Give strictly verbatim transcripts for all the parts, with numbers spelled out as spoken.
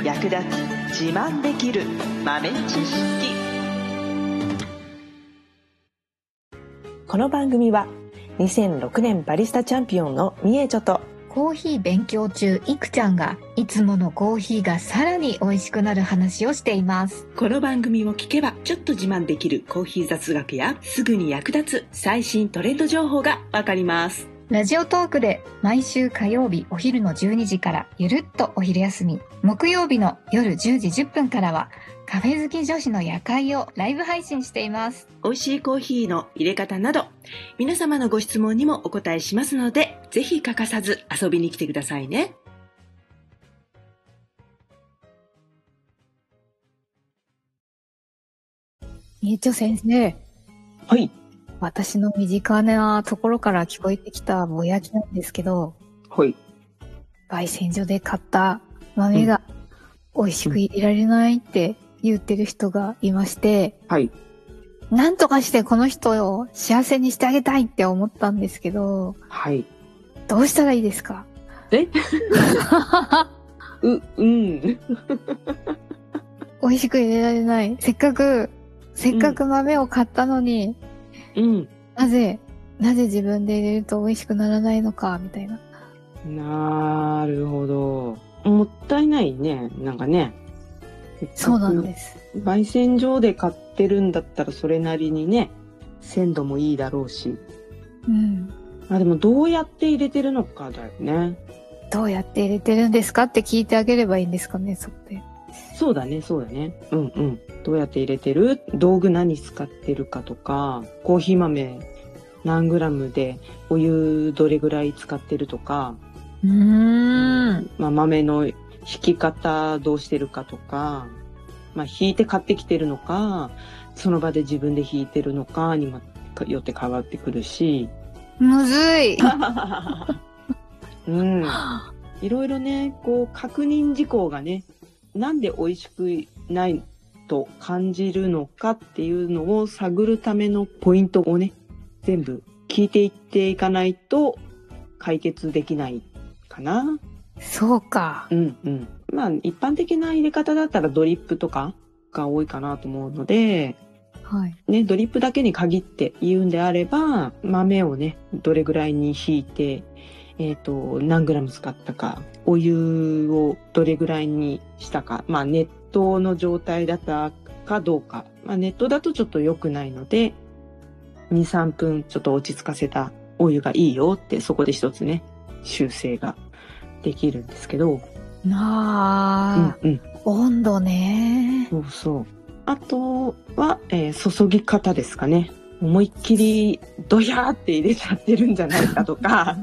役立つ自慢できる豆知識。この番組はにせんろくねんバリスタチャンピオンのみえちょとコーヒー勉強中いくちゃんがいつものコーヒーがさらに美味しくなる話をしています。 この番組を聞けばちょっと自慢できるコーヒー雑学やすぐに役立つ最新トレンド情報がわかります。 ラジオトークで毎週火曜日お昼のじゅうにじからゆるっとお昼休み、木曜日の夜じゅうじじゅっぷんからはカフェ好き女子の夜会をライブ配信しています。 美味しいコーヒーの入れ方など皆様のご質問にもお答えしますので、ぜひ欠かさず遊びに来てくださいね。 みえちょ先生、 はい。 私の身近なところから聞こえてきたぼやきなんですけど、 はい。 焙煎所で買った豆が美味しく入れられないって言ってる人がいまして、 はい。 なんとかしてこの人を幸せにしてあげたいって思ったんですけど、 はい。 どうしたらいいですか？ えう、うん。 美味しく入れられない。せっかく、せっかく豆を買ったのに、 うん。 なぜ、なぜ自分で入れると美味しくならないのか、みたいな。 なるほど。もったいないね。なんかね。 そうなんです。 焙煎所で買ってるんだったらそれなりにね、鮮度もいいだろうし。 うん。 あ、でもどうやって入れてるのかだよね。 どうやって入れてるんですかって聞いてあげればいいんですかね、そって。 そうだね、そうだね。うんうん。どうやって入れてる？道具何使ってるかとか、コーヒー豆何グラムでお湯どれぐらい使ってるとか、 うーん。 まあ、豆の引き方どうしてるかとか、まあ、引いて買ってきてるのか、その場で自分で引いてるのかにもよって変わってくるし。 むずい。 うん。いろいろね、こう確認事項がね、なんで美味しくないと感じるのかっていうのを探るためのポイントをね、全部聞いていっていかないと解決できないかな。 そうか。 うんうん。まあ一般的な入れ方だったらドリップとかが多いかなと思うので、 はい。 ね、ドリップだけに限って言うんであれば、豆をね、どれぐらいに引いて、えっと、何グラム使ったか、お湯をどれぐらいにしたか、まあ熱湯の状態だったかどうか、まあ熱湯だとちょっと良くないので、に、さんぷんちょっと落ち着かせたお湯がいいよって、そこで一つね、修正ができるんですけど。 ああ、 うんうん、 温度ね。 そうそう。あとは、えー、注ぎ方ですかね。思いっきりドヤーって入れちゃってるんじゃないかとか。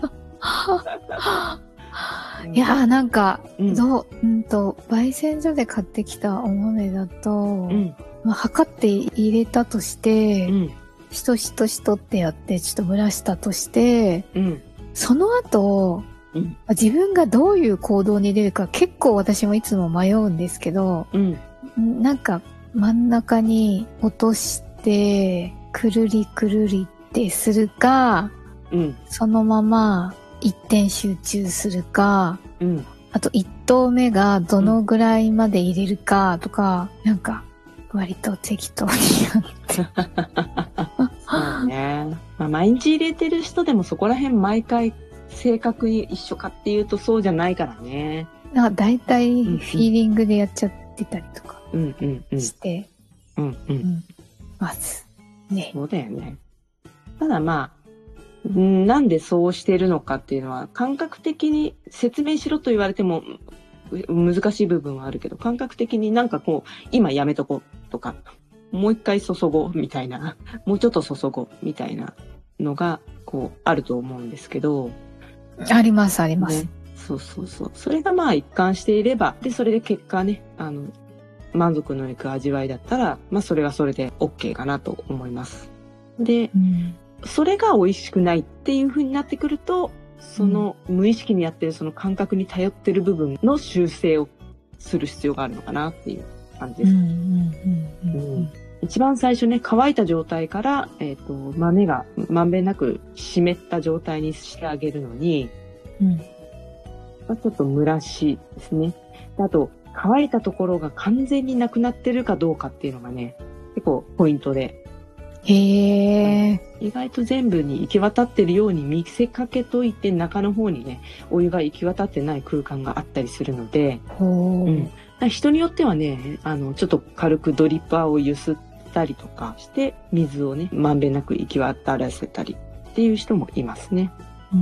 いやーなんか、 うん、 どう、うんと、焙煎所で買ってきたお豆だと、 うん、 まあ、測って入れたとして、 うん、 しとしとしとってやって、ちょっと蒸らしたとして、 うん、 その後、 うん、 自分がどういう行動に出るか結構私もいつも迷うんですけど、 うん、 なんか真ん中に落として、くるりくるりってするか、 うん、 そのまま一点集中するか、 うん。 あと一投目がどのぐらいまで入れるかとか、うん、なんか割と適当にやってそうね。まあ、毎日入れてる人でもそこら辺毎回正確に一緒かっていうとそうじゃないからね。 なんか大体フィーリングでやっちゃってたりとかして、 うんうんうんうん、 ますね。 そうだよね。ただまあ、なんでそうしてるのかっていうのは感覚的に説明しろと言われても難しい部分はあるけど、感覚的になんかこう今やめとこうとか、もう一回注ごうみたいな、もうちょっと注ごうみたいなのがこうあると思うんですけど。 ありますあります、 ね、そうそうそう。それがまあ一貫していれば、でそれで結果ね、あの満足のいく味わいだったら、まあそれはそれで OK かなと思います。で、うん、それが美味しくないっていう風になってくると、その無意識にやってるその感覚に頼ってる部分の修正をする必要があるのかなっていう感じです。一番最初ね、乾いた状態から、えっと、豆がまんべんなく湿った状態にしてあげるのに、うん、まあ、ちょっと蒸らしですね。あと、 乾いたところが完全になくなってるかどうかっていうのがね、結構ポイントで。 へえ。 意外と全部に行き渡ってるように見せかけといて、中の方にね、お湯が行き渡ってない空間があったりするので、 ほう。 うん、だから人によってはね、あの、ちょっと軽くドリッパーを揺すったりとかして、水をね、まんべんなく行き渡らせたりっていう人もいますね。 うー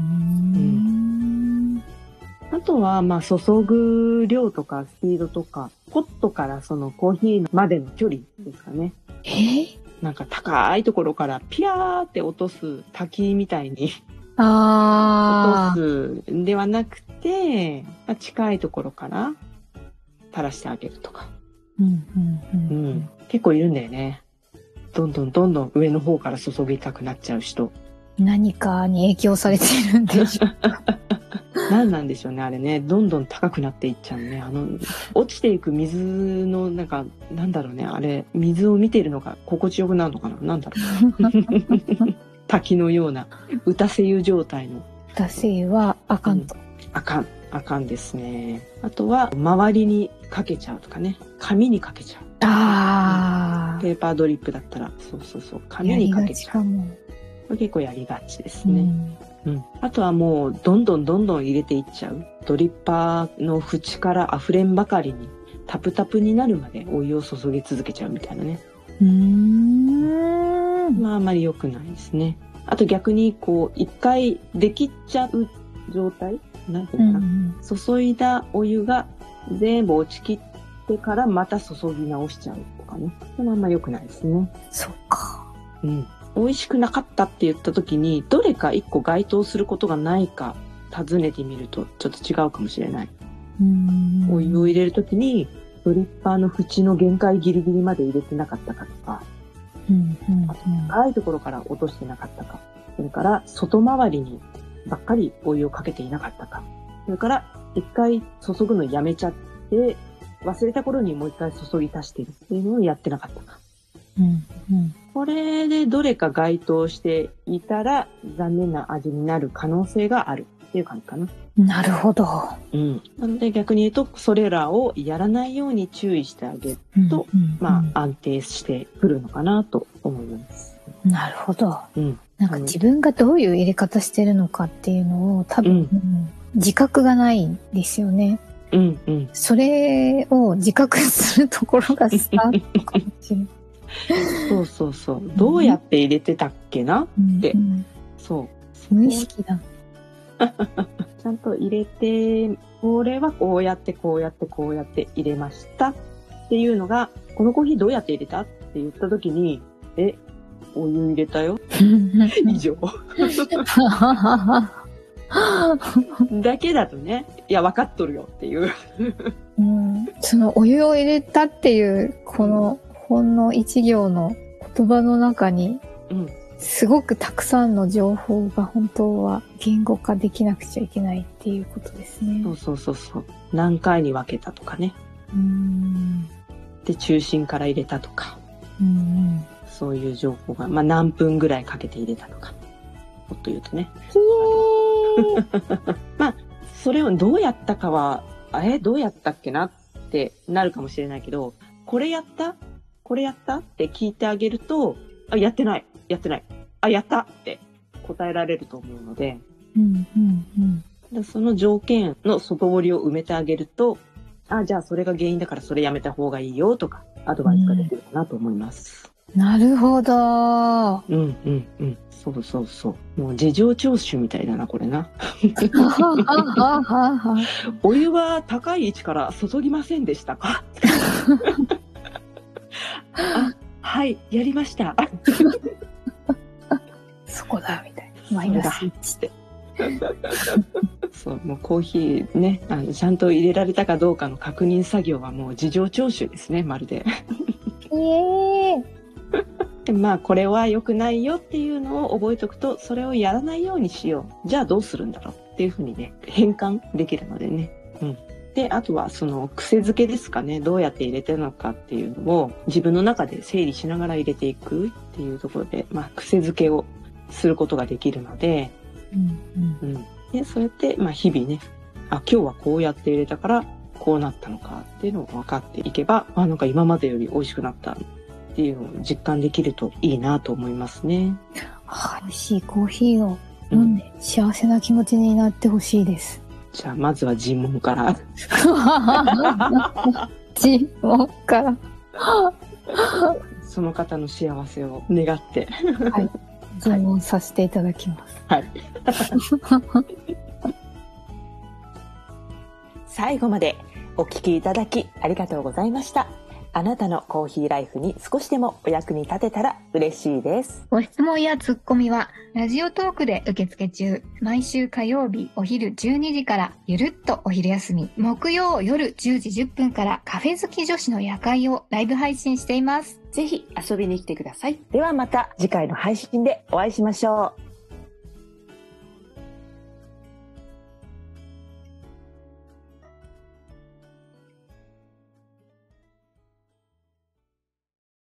ん。 あとは、まあ、注ぐ量とかスピードとか、ポットからそのコーヒーまでの距離ですかね。 えー、 なんか高いところからピヤーって落とす滝みたいにあ落とすんではなくて、まあ、近いところから垂らしてあげるとか。 うんうんうんうん。結構いるんだよね。どんどんどんどん上の方から注ぎたくなっちゃう人。 何かに影響されてるんでしょう。 何なんでしょうね、あれね。どんどん高くなっていっちゃうね。あの、落ちていく水の、なんか、なんだろうね。あれ、水を見ているのが心地よくなるのかな、なんだろう。滝のような、打たせ湯状態の。 打たせ湯はあかんと。 うん、あかん。あかんですね。あとは、周りにかけちゃうとかね。紙にかけちゃう。 ああ。 ペーパードリップだったら、そうそうそう。紙にかけちゃう。これ結構やりがちですね。うんうん、あとはもうどんどんどんどん入れていっちゃう。ドリッパーの縁から溢れんばかりにタプタプになるまでお湯を注ぎ続けちゃうみたいなね。 うーん。 まああまり良くないですね。あと逆にこう一回できちゃう状態なんていうかな、うん、注いだお湯が全部落ちきってからまた注ぎ直しちゃうとかね。それもあんま良くないですね。 そっか。 うん。美味しくなかったって言った時にどれか一個該当することがないか尋ねてみるとちょっと違うかもしれない。 うーん、 お湯を入れる時にドリッパーの縁の限界ギリギリまで入れてなかったかとか、 うんうんうん、 あと高いところから落としてなかったか、それから外回りにばっかりお湯をかけていなかったか、それから一回注ぐのやめちゃって忘れた頃にもう一回注ぎ足してるっていうのをやってなかったか。 うんうん、 これでどれか該当していたら残念な味になる可能性があるっていう感じかな。 なるほど。 うん。なので逆に言うとそれらをやらないように注意してあげると、うんうんうん、まあ安定してくるのかなと思います。 なるほど。 うん。 なんか自分がどういう入れ方してるのかっていうのを多分、うん、自覚がないんですよね。 うんうん。 それを自覚するところがスタートかもしれない。 そうそうそう。どうやって入れてたっけなって。うんうん、そう。 無意識だ。 ちゃんと入れて、これはこうやってこうやってこうやって入れましたっていうのが、このコーヒーどうやって入れたって言った時に、え、お湯入れたよ。以上。だけだとね、いや、分かっとるよっていう。 うん、そのお湯を入れたっていう、この、ほんの一行の言葉の中に、うん、すごくたくさんの情報が本当は言語化できなくちゃいけないっていうことですね。 そうそうそうそう。何回に分けたとかね。 うーん、 で、中心から入れたとか。 うんうん、 そういう情報が、まあ何分ぐらいかけて入れたとか。もっと言うとね。まあ、それをどうやったかは、え、どうやったっけなってなるかもしれないけど、これやったこれやったって聞いてあげると、あ、やってない、やってない、あ、やったって答えられると思うので、 うんうんうん、 その条件の外堀を埋めてあげると、あ、じゃあそれが原因だからそれやめた方がいいよとか、アドバイスができるかなと思います。 うん、なるほど。 うんうんうん。そうそうそう。もう事情聴取みたいだな、これな。お湯は高い位置から注ぎませんでしたかあ、はい、やりました。 そこだ、みたいな。マイナスいちって。 そう、もうコーヒーね、あの、ちゃんと入れられたかどうかの確認作業はもう事情聴取ですね、まるで。 ええー。 でまあこれは良くないよっていうのを覚えておくと、それをやらないようにしよう。じゃあどうするんだろうっていうふうにね、変換できるのでね。うん。で、あとはその癖づけですかね。どうやって入れてるのかっていうのを自分の中で整理しながら入れていくっていうところで、まあ癖づけをすることができるので、 うんうんうん、でそうやってまあ日々ね、あ、今日はこうやって入れたからこうなったのかっていうのを分かっていけば、あ、なんか今までより美味しくなったっていうのを実感できるといいなと思いますね。 はい、美味しいコーヒーを飲んで幸せな気持ちになってほしいです。 じゃあまずは尋問から。 尋問から。 その方の幸せを願って。 はい。尋問させていただきます。 はい。 最後までお聞きいただきありがとうございました。あなたのコーヒーライフに少しでもお役に立てたら嬉しいです。 ご質問やツッコミはラジオトークで受付中。毎週火曜日お昼じゅうにじからゆるっとお昼休み、木曜夜じゅうじじゅっぷんからカフェ好き女子の夜会をライブ配信しています。 ぜひ遊びに来てください。ではまた次回の配信でお会いしましょう。